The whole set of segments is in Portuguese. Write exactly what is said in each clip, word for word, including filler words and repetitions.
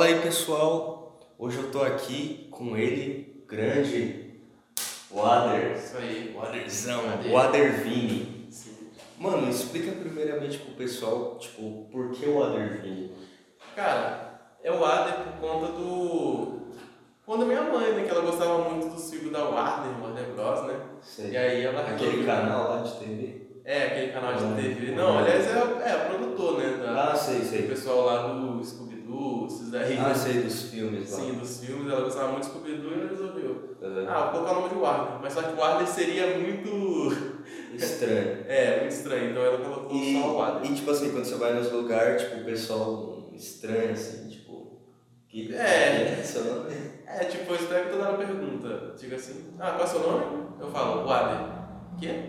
Fala aí, pessoal. Hoje eu tô aqui com ele, grande Wader. Isso aí, Waderzão, Wader. Wadervini. Sim. Mano, explica primeiramente pro pessoal, tipo, por que o Wadervini? Cara, é o Wader por conta do. Quando a minha mãe, né? Que ela gostava muito dos filmes da Warner, Warner Bros, né? Sei. E aí ela Aquele resolveu- canal lá de T V? É, aquele canal de Ah, T V. é. Não, aliás, é, é o produtor, né? Da, Ah, sei, O sei. pessoal lá do Scooby-Doo, esses daí. Ah, sei, dos filmes lá. Sim, dos filmes, ela gostava muito do Scooby-Doo e ela resolveu. Aham. Ah, vou colocar o nome de Warner. Mas só que o Warner seria muito. Estranho. É, muito estranho. Então ela colocou E, só o Warner. e tipo assim, quando você vai nos lugares, tipo, o pessoal estranho, assim, tipo... Que É. é seu nome? É, tipo, eu espero que toda hora pergunta. Diga assim, ah, qual é o seu nome? Eu falo, Wader. Quê?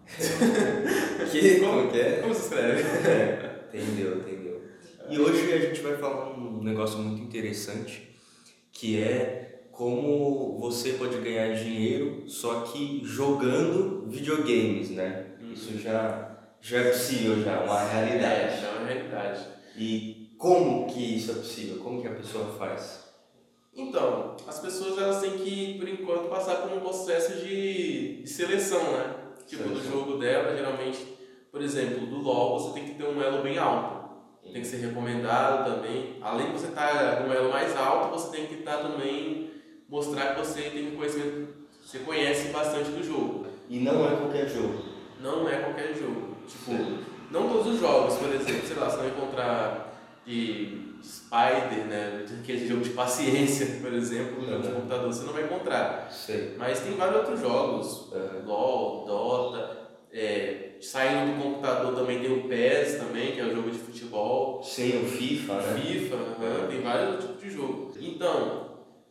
Que? Como- Como que é? Como se escreve? É, entendeu, entendeu. E hoje a gente vai falar um negócio muito interessante, que é como você pode ganhar dinheiro, só que jogando videogames, né? Isso já, já é possível, já é uma É, realidade. já é uma realidade. E como que isso é possível? Como que a pessoa faz? Então, as pessoas elas têm que, por enquanto, passar por um processo de, de seleção, né? Tipo, do Seleção. jogo dela, geralmente, por exemplo, do LoL, você tem que ter um elo bem alto. Tem que ser recomendado também. Além de você estar com um elo mais alto, você tem que estar também, mostrar que você tem um conhecimento, você conhece bastante do jogo. E não é qualquer jogo. Não é qualquer jogo. Tipo, Sim. não todos os jogos, por exemplo, sei lá, você vai encontrar de Spider, né? Aquele jogo de paciência, por exemplo, no jogo de Uhum. computador, você não vai encontrar. Sei. Mas tem vários outros jogos, Uhum. LoL, Dota, é, saindo do computador também tem o P E S também, que é o jogo de futebol, Sem o FIFA, né? FIFA, né? Tem vários outros tipos de jogo. Então,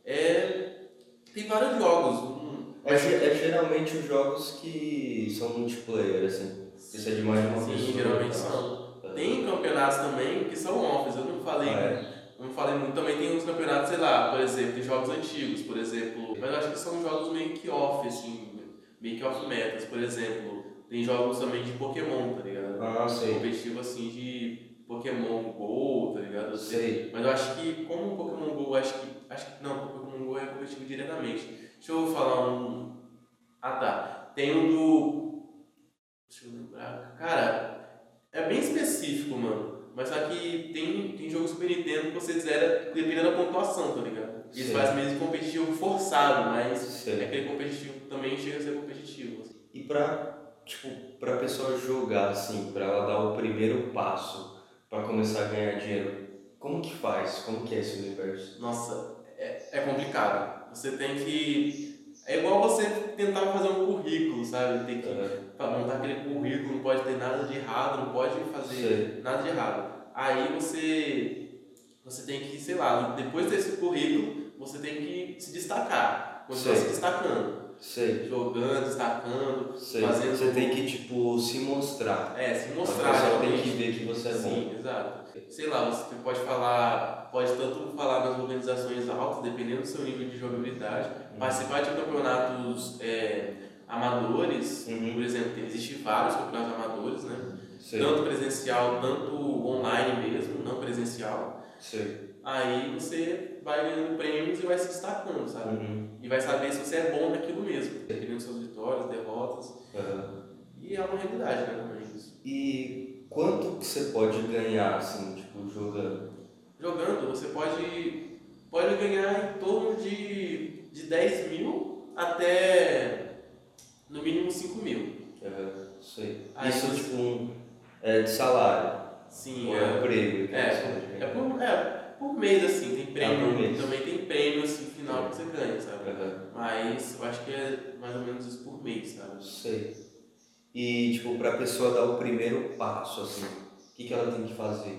é, tem vários jogos. hum, É, ge- é geralmente os jogos que são multiplayer, assim. Isso é de mais de uma Sim, pessoa. geralmente e tal. são. Tem campeonatos também que são offs, eu não falei, Ah, é? não falei muito. Também tem uns campeonatos, sei lá, por exemplo, de jogos antigos, por exemplo. Mas eu acho que são jogos meio que off, assim, meio que off metas. Por exemplo, tem jogos também de Pokémon, tá ligado? Ah, sei. Competitivo assim de Pokémon Go, tá ligado? Sei. Mas eu acho que como o Pokémon Go, acho que. Acho que não, o Pokémon Go é competitivo diretamente. Deixa eu falar um. Ah tá. Tem um do. Deixa eu lembrar. Cara. É bem específico, mano. Mas só que tem, tem jogo Super Nintendo que você zera dependendo da pontuação, tá ligado? Eles Sei. fazem meio que competitivo forçado, mas Sei. é aquele competitivo também chega a ser competitivo. assim. E pra, tipo, pra pessoa jogar, assim, pra ela dar o primeiro passo pra começar a ganhar dinheiro, como que faz? Como que é esse universo? Nossa, é, é complicado. Você tem que. É igual você tentar fazer um currículo, sabe? Tem que Aham. pra montar aquele currículo, não pode ter nada de errado, não pode fazer Sei. nada de errado. Aí você, você tem que, sei lá, depois desse currículo, você tem que se destacar. Continuar Sei. se destacando. Sei. Jogando, destacando, Sei. fazendo. Você tem que, tipo, se mostrar. É, se A mostrar. pessoa tem realmente. que ver que você é bom. Sim, exato. Sei lá, você pode falar, pode tanto falar nas organizações altas, dependendo do seu nível de jogabilidade, Uhum. participar de campeonatos é, amadores, Uhum. por exemplo, existem vários campeonatos amadores, né? Sei. Tanto presencial, tanto online mesmo, não presencial. Sei. Aí você vai ganhando prêmios e vai se destacando, sabe? Uhum. E vai saber se você é bom naquilo mesmo, dependendo das suas vitórias, derrotas. Aham. E é uma realidade, né, também isso. E quanto que você pode ganhar, assim, tipo, jogando? Jogando, você pode, pode ganhar em torno de, de dez mil até no mínimo cinco mil. Aham, sei. Aí Isso, você- tipo, um, é de salário. Sim, Ou é um é, prêmio que você é, pode é, ganhar? por, é por mês assim, tem prêmio, por mês. também tem prêmio assim, final que você ganha, sabe? Aham, Mas eu acho que é mais ou menos isso por mês, sabe? sei. E, tipo, pra pessoa dar o primeiro passo, assim, o que, que ela tem que fazer?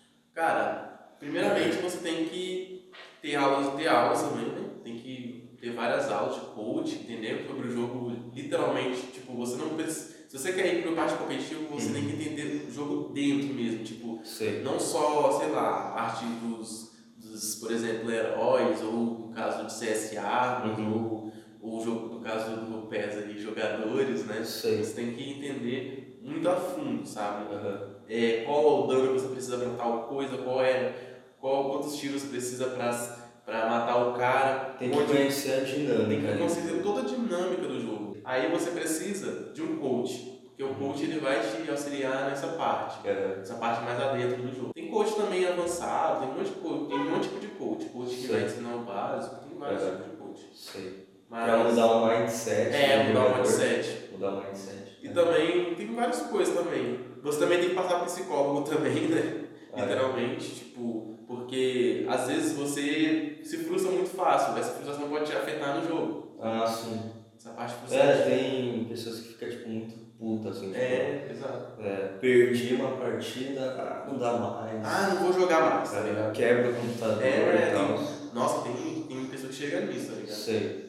Cara, primeiramente você tem que ter aulas, ter aulas também, né? Tem que ter várias aulas de coach, entender sobre o jogo, literalmente, tipo, você não precisa. Se você quer ir para o parte competitiva, você Uhum. tem que entender o jogo dentro mesmo, tipo, Sei. não só, sei lá, a parte dos, dos por exemplo, heróis, ou no caso de C S A, Uhum. ou, ou o jogo, no caso do P E S ali, jogadores, né? Sei. Você tem que entender muito a fundo, sabe? Aham. É, qual é o dano que você precisa para tal coisa, qual é, qual, quantos tiros precisa pra, pra matar o cara. Tem que onde, conhecer a dinâmica. tem que ali. conhecer toda a dinâmica do jogo. Aí você precisa de um coach. Porque o coach ele vai te auxiliar nessa parte, É. essa parte mais adentro do jogo. Tem coach também avançado, tem um monte de coach, tem um monte tipo de coach. Coach que Sim. vai ensinar o básico, tem vários É. tipos de coach. Sei. Mas, Pra mudar o mindset. É, do mudar o jogador. mindset. Mudar o mindset. E É. também tem várias coisas também. Você também tem que passar por psicólogo também, né? Ah, Literalmente, tipo, porque às vezes você se frustra muito fácil, essa frustração pode te afetar no jogo. Ah, sim. Essa parte frustrante. É, tem pessoas que ficam tipo muito puta assim. Tipo, É, exato. é, perdi uma partida, ah, não dá mais. Ah, não vou jogar mais, tá É, ligado? quebra o computador É, e tal. tem, nossa, tem, tem pessoa que chega nisso, tá ligado? Sei.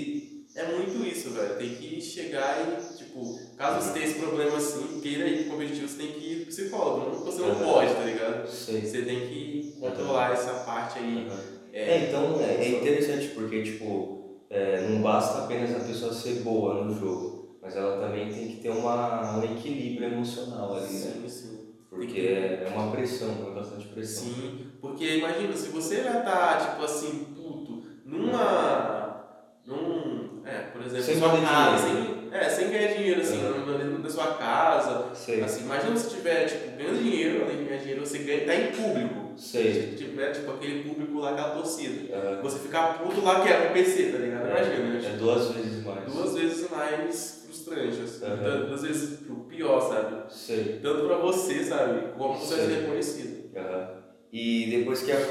E é muito isso, velho. Tem que chegar e, tipo, caso você tenha esse problema assim, queira ir pro competitivo, você tem que ir pro psicólogo. Não, você não Uhum. pode, tá ligado? Sei. Você tem que controlar essa parte aí. Uhum. É, É, então é, é interessante porque, tipo, é, não basta apenas a pessoa ser boa no jogo, mas ela também tem que ter uma, um equilíbrio emocional ali, né? sim, sim. Porque é, é uma pressão, é bastante pressão. Sim, porque imagina, se você já tá, tipo assim, puto, numa. num. É, por exemplo, Sem sua valer casa, dinheiro. sem, é, sem ganhar dinheiro, assim, Uhum. dentro da sua casa. Sei, Assim, imagina se tiver, tipo, ganhando dinheiro, além de ganhar dinheiro, você ganha, tá em público. sei. Se tiver, tipo, aquele público lá, aquela torcida. Uhum. Você ficar puto lá, quebra o P C, tá ligado? Imagina, né? É Tipo, duas vezes mais. duas vezes mais frustrante, assim. Uhum. Duas- Duas vezes tipo, pior, sabe? Sei. Tanto pra você, sabe? Como você vai Sei. ser reconhecido. Uhum. E depois que a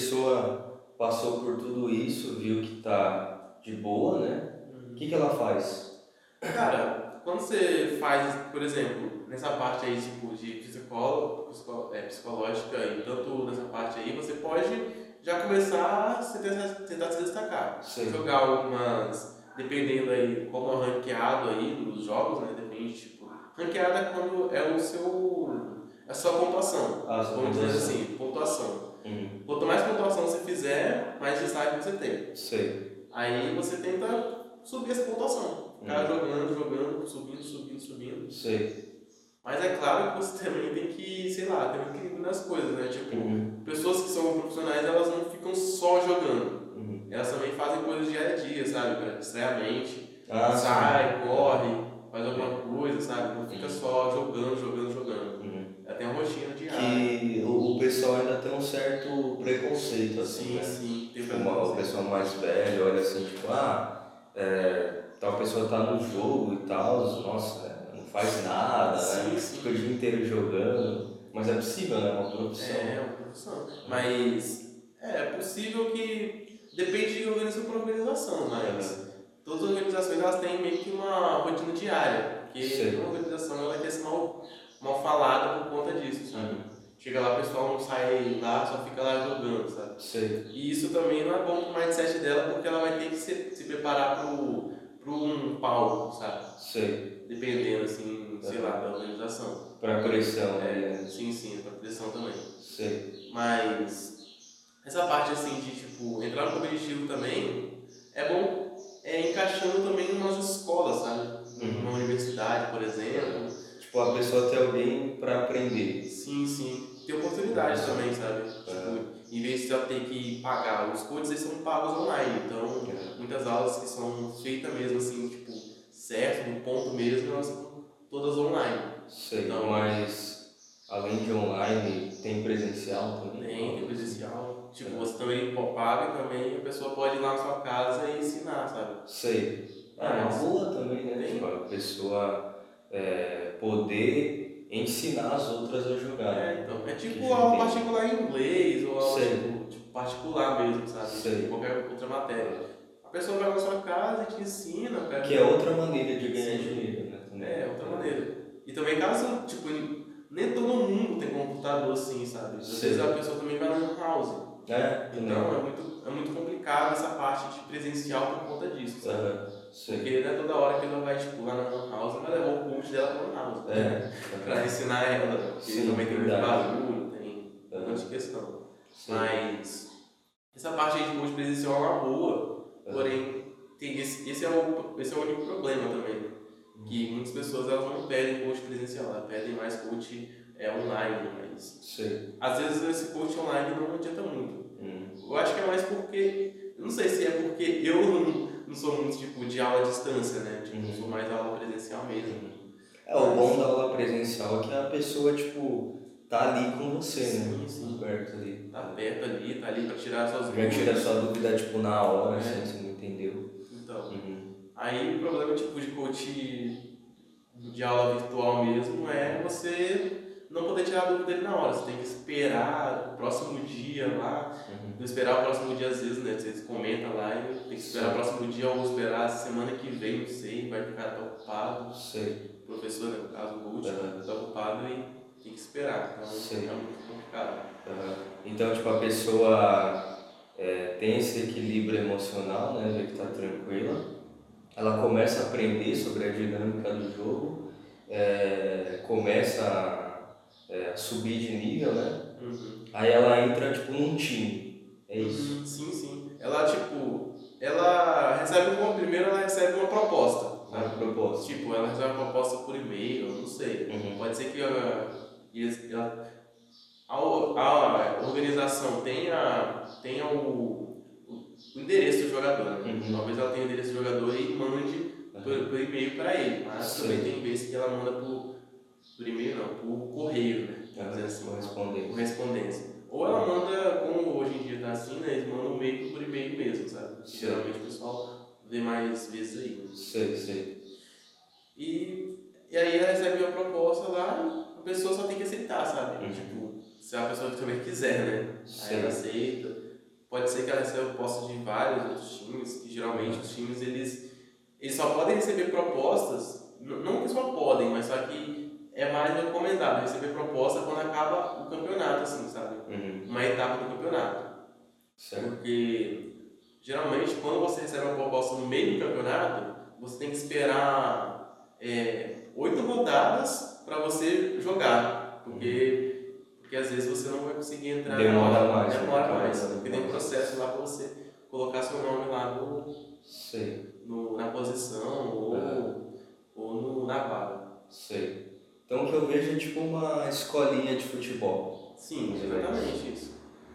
pessoa passou por tudo isso, viu que tá de boa, né? O que, que ela faz? Cara, quando você faz, por exemplo, nessa parte aí tipo, de psicólogo, psicó- é, psicológica e tanto nessa parte aí, você pode já começar a se tentar, tentar se destacar. Sei. Jogar algumas, dependendo aí como é o ranqueado aí dos jogos, né? Depende, tipo, ranqueada é quando é o seu, é a sua pontuação. Ah, sua Vamos dizer pontuação. assim, pontuação. Uhum. Quanto mais pontuação você fizer, mais destaque você tem. Sei. Aí você tenta subir essa pontuação. Ficar Hum. jogando, jogando, subindo, subindo, subindo. Sei. Mas é claro que você também tem que, sei lá, ter um equilíbrio nas coisas, né? Tipo, Uhum. pessoas que são profissionais, elas não ficam só jogando. Uhum. Elas também fazem coisas dia a dia, sabe? Pra distrair a mente. Ah, Sai, sim. corre, faz alguma coisa, sabe? Não fica Uhum. só jogando, jogando, jogando. Uhum. Ela tem uma rotina diária. Que o, o pessoal ainda tem um certo preconceito, assim, Sim, né? sim. Tem Tipo, uma, o pessoal mais velho olha assim, tipo, ah, é, tal pessoa tá no jogo e tal, nossa, é, não faz nada, Sim, né? sim. Fica o dia inteiro jogando. Mas é possível, né? É uma profissão. É, uma profissão. Mas é possível que depende de organização por organização, mas todas as organizações elas têm meio que uma rotina diária, porque Sei. uma organização ela quer ser mal, mal falada por conta disso, sabe? Chega lá, o pessoal não sai lá, só fica lá jogando, sabe? Sei. E isso também não é bom pro mindset dela, porque ela vai ter que se, se preparar pro, pro um palco, sabe? Sei. Dependendo, assim, sei lá, da organização. Pra pressão, É, né? sim, sim, pra pressão também. Sei. Mas essa parte assim de tipo entrar no competitivo também é bom é, encaixando também em umas escolas, sabe? Numa universidade, por exemplo. Tipo, a pessoa ter alguém pra aprender. Sim, sim. Ter oportunidade também, sabe? Tipo, em vez de ela ter que pagar, os coaches eles são pagos online, então muitas aulas que são feitas mesmo assim, tipo, certo, no ponto mesmo, elas são todas online. Sei, Então, mas além de online, tem presencial também? Tem, tem presencial. Tipo, você também paga e também a pessoa pode ir lá na sua casa e ensinar, sabe? Sei. Ah, é uma boa também, né? Tem. Tipo, a pessoa é, poder ensinar as outras a jogar. É, então, é tipo Que aula tem. particular em inglês ou aula Sei. tipo, tipo particular mesmo, sabe? Sei. Tipo, qualquer outra matéria. A pessoa vai na sua casa e te ensina, pega... Que é outra maneira de ganhar Sim. dinheiro, né? também. É, outra maneira. E também caso, tipo, nem todo mundo tem computador assim, sabe? Às Sei. vezes a pessoa também vai na lan house. É, Então é muito, é muito complicado essa parte de presencial por conta disso, sabe? Aham, sei. Porque não é toda hora que ela vai, tipo, lá na lan house, vai levar o coach dela pra lan house. Né? É. Pra ensinar ela, porque Sim, também tem muito verdade. barulho, tem um monte de questão. Sei. Mas essa parte aí de coach presencial é uma boa, porém tem esse, esse, é o, esse é o único problema também. Que muitas pessoas elas não pedem coach presencial, elas pedem mais coach é online, mas Sei. às vezes esse coach online não adianta muito. Hum. Eu acho que é mais porque, eu não sei se é porque eu não, não sou muito tipo de aula à distância, né? Tipo, Uhum. sou mais aula presencial mesmo. É, o bom da aula presencial é que a pessoa, tipo, tá ali com você, Sim, né? sim. Perto ali. Tá perto ali, tá ali pra tirar suas Já dúvidas. tira a sua dúvida, tipo, na hora, É. assim, você não entendeu. Então, Uhum. aí o problema tipo de coach de aula virtual mesmo é você não poder tirar a dúvida dele na hora. Você tem que esperar o próximo dia lá. Uhum. Não esperar o próximo dia às vezes, né? Você comenta lá e tem que esperar Sim. o próximo dia ou esperar semana que vem, não sei, vai ficar tão ocupado. Sei. O professor, né, no caso o coach, Uhum. tá ocupado e tem que esperar. Então Sei. é muito complicado. Uhum. Então, tipo, a pessoa é, tem esse equilíbrio emocional, né? Vê que tá tranquila. Ela começa a aprender sobre a dinâmica do jogo, é, começa a é, subir de nível, né? Uhum. Aí ela entra, tipo, num time. É isso. Uhum, sim, sim. Ela, tipo, ela recebe uma, primeiro ela recebe uma proposta, Uma sabe? proposta. Tipo, ela recebe uma proposta por e-mail, eu não sei. Uhum. Pode ser que a, a, a, a organização tenha, tenha o, o, o endereço do jogador, né? Uhum. Talvez ela tenha o endereço do jogador e mande Uhum. por, por e-mail para ele, mas Sim. também tem vezes que ela manda por, por e-mail, não, por correio, né? Vamos dizer assim, Correspondência. correspondência. Ou ela manda, como hoje em dia tá assim, né? Eles mandam um e-mail por e-mail mesmo, sabe? Que Sim. geralmente o pessoal vê mais vezes aí. Né? Sei, sei. E, e aí ela recebe uma proposta lá, a pessoa só tem que aceitar, sabe? Uhum. Tipo, se a pessoa também quiser, né? Sei. Aí ela aceita. Pode ser que ela receba proposta de vários outros times, que geralmente os times eles, eles só podem receber propostas, n- não que só podem, mas só que é mais recomendado receber proposta quando acaba o campeonato, assim, sabe? Uhum. Uma etapa do campeonato. Certo. Porque geralmente quando você recebe uma proposta no meio do campeonato, você tem que esperar é, oito rodadas para você jogar. Porque, porque às vezes você não vai conseguir entrar Demora na hora, mais, demora né? mais. Demora Porque tem um mais. processo lá para você colocar seu nome lá no, Sei. no, na posição ou, Uhum. ou no, na vaga. Sei. Então o que eu vejo é tipo uma escolinha de futebol. Sim, Mais ou menos. exatamente isso.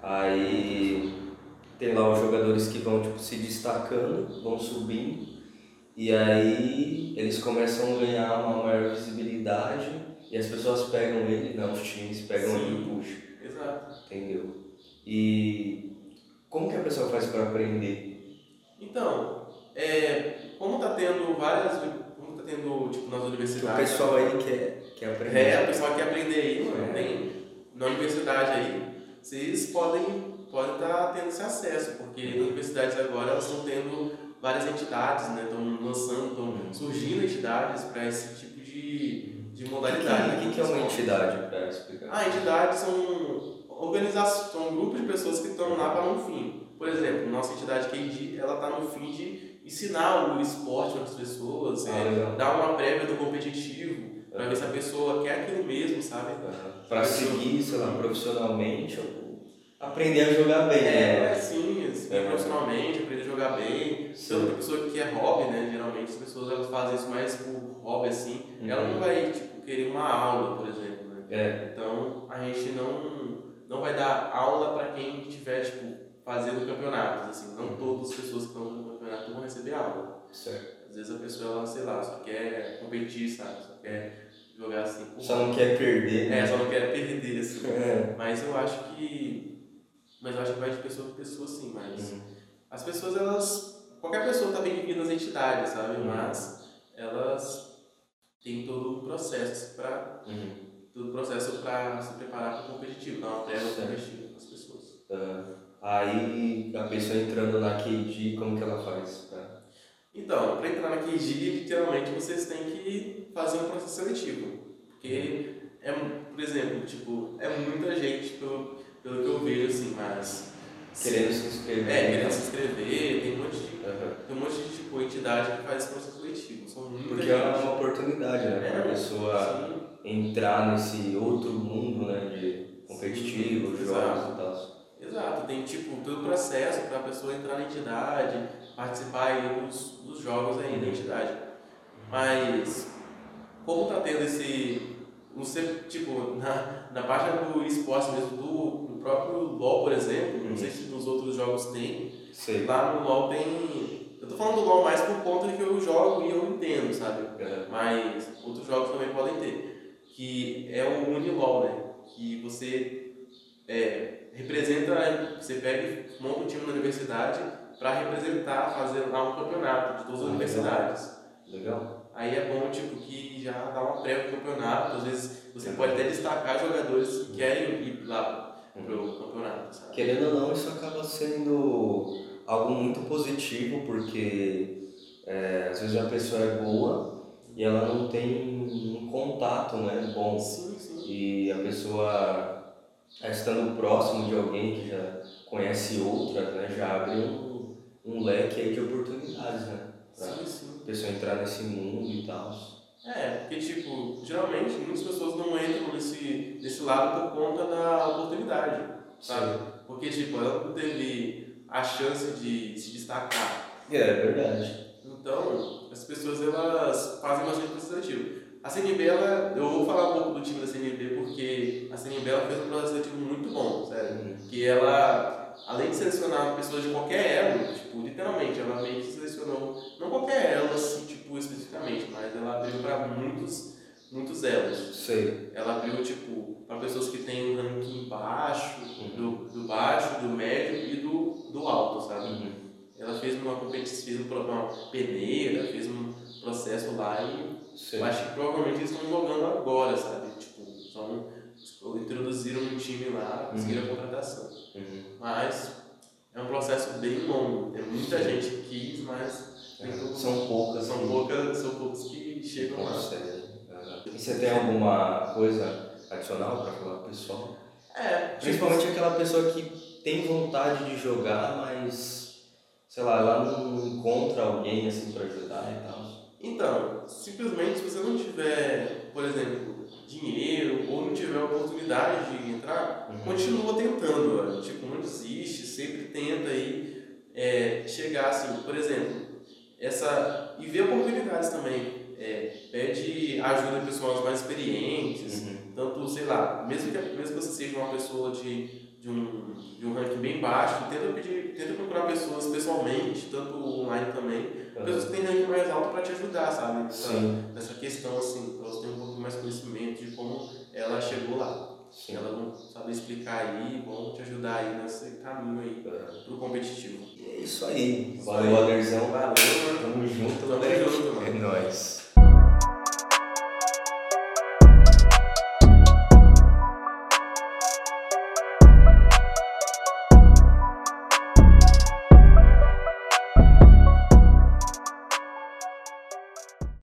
Aí tem lá os jogadores que vão tipo, se destacando, vão subindo, e aí eles começam a ganhar uma maior visibilidade e as pessoas pegam ele, né? Os times pegam ele e Sim. puxam, Exato. entendeu? E como que a pessoa faz para aprender? Então, é, como tá tendo várias, como tá tendo tipo nas O universidades. pessoal aí quer, quer aprender. É, o pessoal quer aprender aí, mano, É. tem na universidade aí, vocês podem podem estar tendo esse acesso, porque nas universidades agora elas estão tendo várias entidades, né? Estão lançando, estão surgindo entidades para esse tipo de, de O que, modalidade. que, que, que é uma entidade para explicar? Ah, entidades são organizações, são grupos de pessoas que estão lá para um fim. Por exemplo, nossa entidade K D, ela está no fim de ensinar o esporte para as pessoas, Ah, é, legal. dar uma prévia do competitivo, para ver se a pessoa quer aquilo mesmo, sabe? Para seguir, sei lá, profissionalmente ou aprender a jogar bem, É, né? sim, seguir É. profissionalmente, aprender a jogar bem. Sim. Tanto que a pessoa que é hobby, né? Geralmente as pessoas elas fazem isso mais por hobby, assim. Uhum. Ela não vai, tipo, querer uma aula, por exemplo, né? É. Então, a gente não, não vai dar aula para quem estiver, tipo, fazendo campeonatos, assim. Não todas as pessoas que estão no campeonato vão receber aula. Certo. Às vezes a pessoa, ela, sei lá, só quer competir, sabe? Só quer jogar assim. por Só não quer perder, É, né? só não quer perder, assim. É. Mas eu acho que... Mas eu acho que vai de pessoa para pessoa, sim. Mas Uhum. as pessoas, elas... Qualquer pessoa está bem-vinda nas entidades, sabe? Uhum. Mas elas têm todo um processo para... Uhum. Todo o processo para se preparar para o competitivo. Dar uma prévia Certo. competitiva para as pessoas. Ah, aí a pessoa entrando na K D, como que ela faz? Pra... Então, para entrar na K D, literalmente, vocês têm que fazer um processo seletivo. Porque, é, por exemplo, tipo, é muita gente, pelo, pelo que eu vejo, assim, mas... Querendo se inscrever. É, querendo se inscrever, tem um monte de, Uhum. tem um monte de tipo, entidade que faz esse processo seletivo. São muita Porque gente. é uma oportunidade, né? Para a É, pessoa sim. entrar nesse outro mundo, né? De competitivo, Sim, jogos exato. e tal. Exato, tem tipo todo o processo para a pessoa entrar na entidade, participar aí dos, dos jogos aí da entidade. Mas como está tendo esse, você, tipo, na, na página do esporte mesmo, do, do próprio LoL, por exemplo, Uhum. não sei se nos outros jogos tem, Sei. lá no LoL tem... Eu tô falando do LoL mais por conta de que eu jogo e eu entendo, sabe? É. Mas outros jogos também podem ter. Que é o Unilol, né? Que você é, representa, você pega e monta um time na universidade para representar, fazer lá um campeonato de todas as Ah, universidades. Legal. Aí é bom, tipo, que já dá uma pré pro campeonato, às vezes você pode até destacar jogadores que querem ir lá pro campeonato, sabe? Querendo ou não, isso acaba sendo algo muito positivo, porque é, às vezes a pessoa é boa e ela não tem um contato, né, bom. Sim, sim. E a pessoa, estando próximo de alguém que já conhece outras, né, já abre um, um leque aí de oportunidades, né? Pra Sim, sim. a pessoa entrar nesse mundo e tal. É, porque, tipo, geralmente muitas pessoas não entram nesse, nesse lado por conta da oportunidade, sabe? Sim. Porque, tipo, ela não teve a chance de se destacar. É, é verdade. Então, as pessoas, elas fazem bastante processo seletivo. A C N B, ela, eu vou falar um pouco do time da C N B, porque a C N B ela fez um processo seletivo muito bom, sério. Uhum. Que ela, além de selecionar pessoas de qualquer elo, tipo, literalmente, ela meio que selecionou, não qualquer elo, assim, tipo, especificamente, mas ela abriu para muitos, muitos elos. Sei. Ela abriu, tipo, para pessoas que têm um ranking baixo, do, do baixo, do médio e do, do alto, sabe? Uhum. Ela fez uma competição, fez uma peneira, fez um processo lá e Sei. eu acho que provavelmente eles estão jogando agora, sabe? Tipo, só introduziram um time lá, conseguiram Uhum. a contratação. Uhum. Mas é um processo bem longo, tem muita Sim. gente que quis, mas É, tem todo- são poucas. são que poucas, são poucos que chegam lá. conseguem. Uhum. E você tem alguma coisa adicional para falar pro pessoal? É, Principalmente aquela pessoa que tem vontade de jogar, mas, sei lá, ela não encontra alguém assim para ajudar e tal. Então, simplesmente se você não tiver, por exemplo, dinheiro ou não tiver oportunidade de entrar, Uhum. continua tentando, ó. Tipo, não desiste, sempre tenta aí é, chegar assim, por exemplo, essa e ver oportunidades também. É, pede ajuda de pessoas mais experientes, Uhum. tanto, sei lá, mesmo que, mesmo que você seja uma pessoa de, de, um, de um ranking bem baixo, tenta, pedir, tenta procurar pessoas pessoalmente, tanto online também, Uhum. pessoas que têm ranking mais alto para te ajudar, sabe? Nessa, Sim. nessa questão, assim, para você ter um pouco mais conhecimento de como ela chegou lá. Sim. Elas vão saber explicar aí, vão te ajudar aí nesse caminho aí pro competitivo. E é isso aí. Isso Valeu, aí. Aderzão. Valeu, mano. Tamo junto, Tamo moleque. junto, mano. É nóis.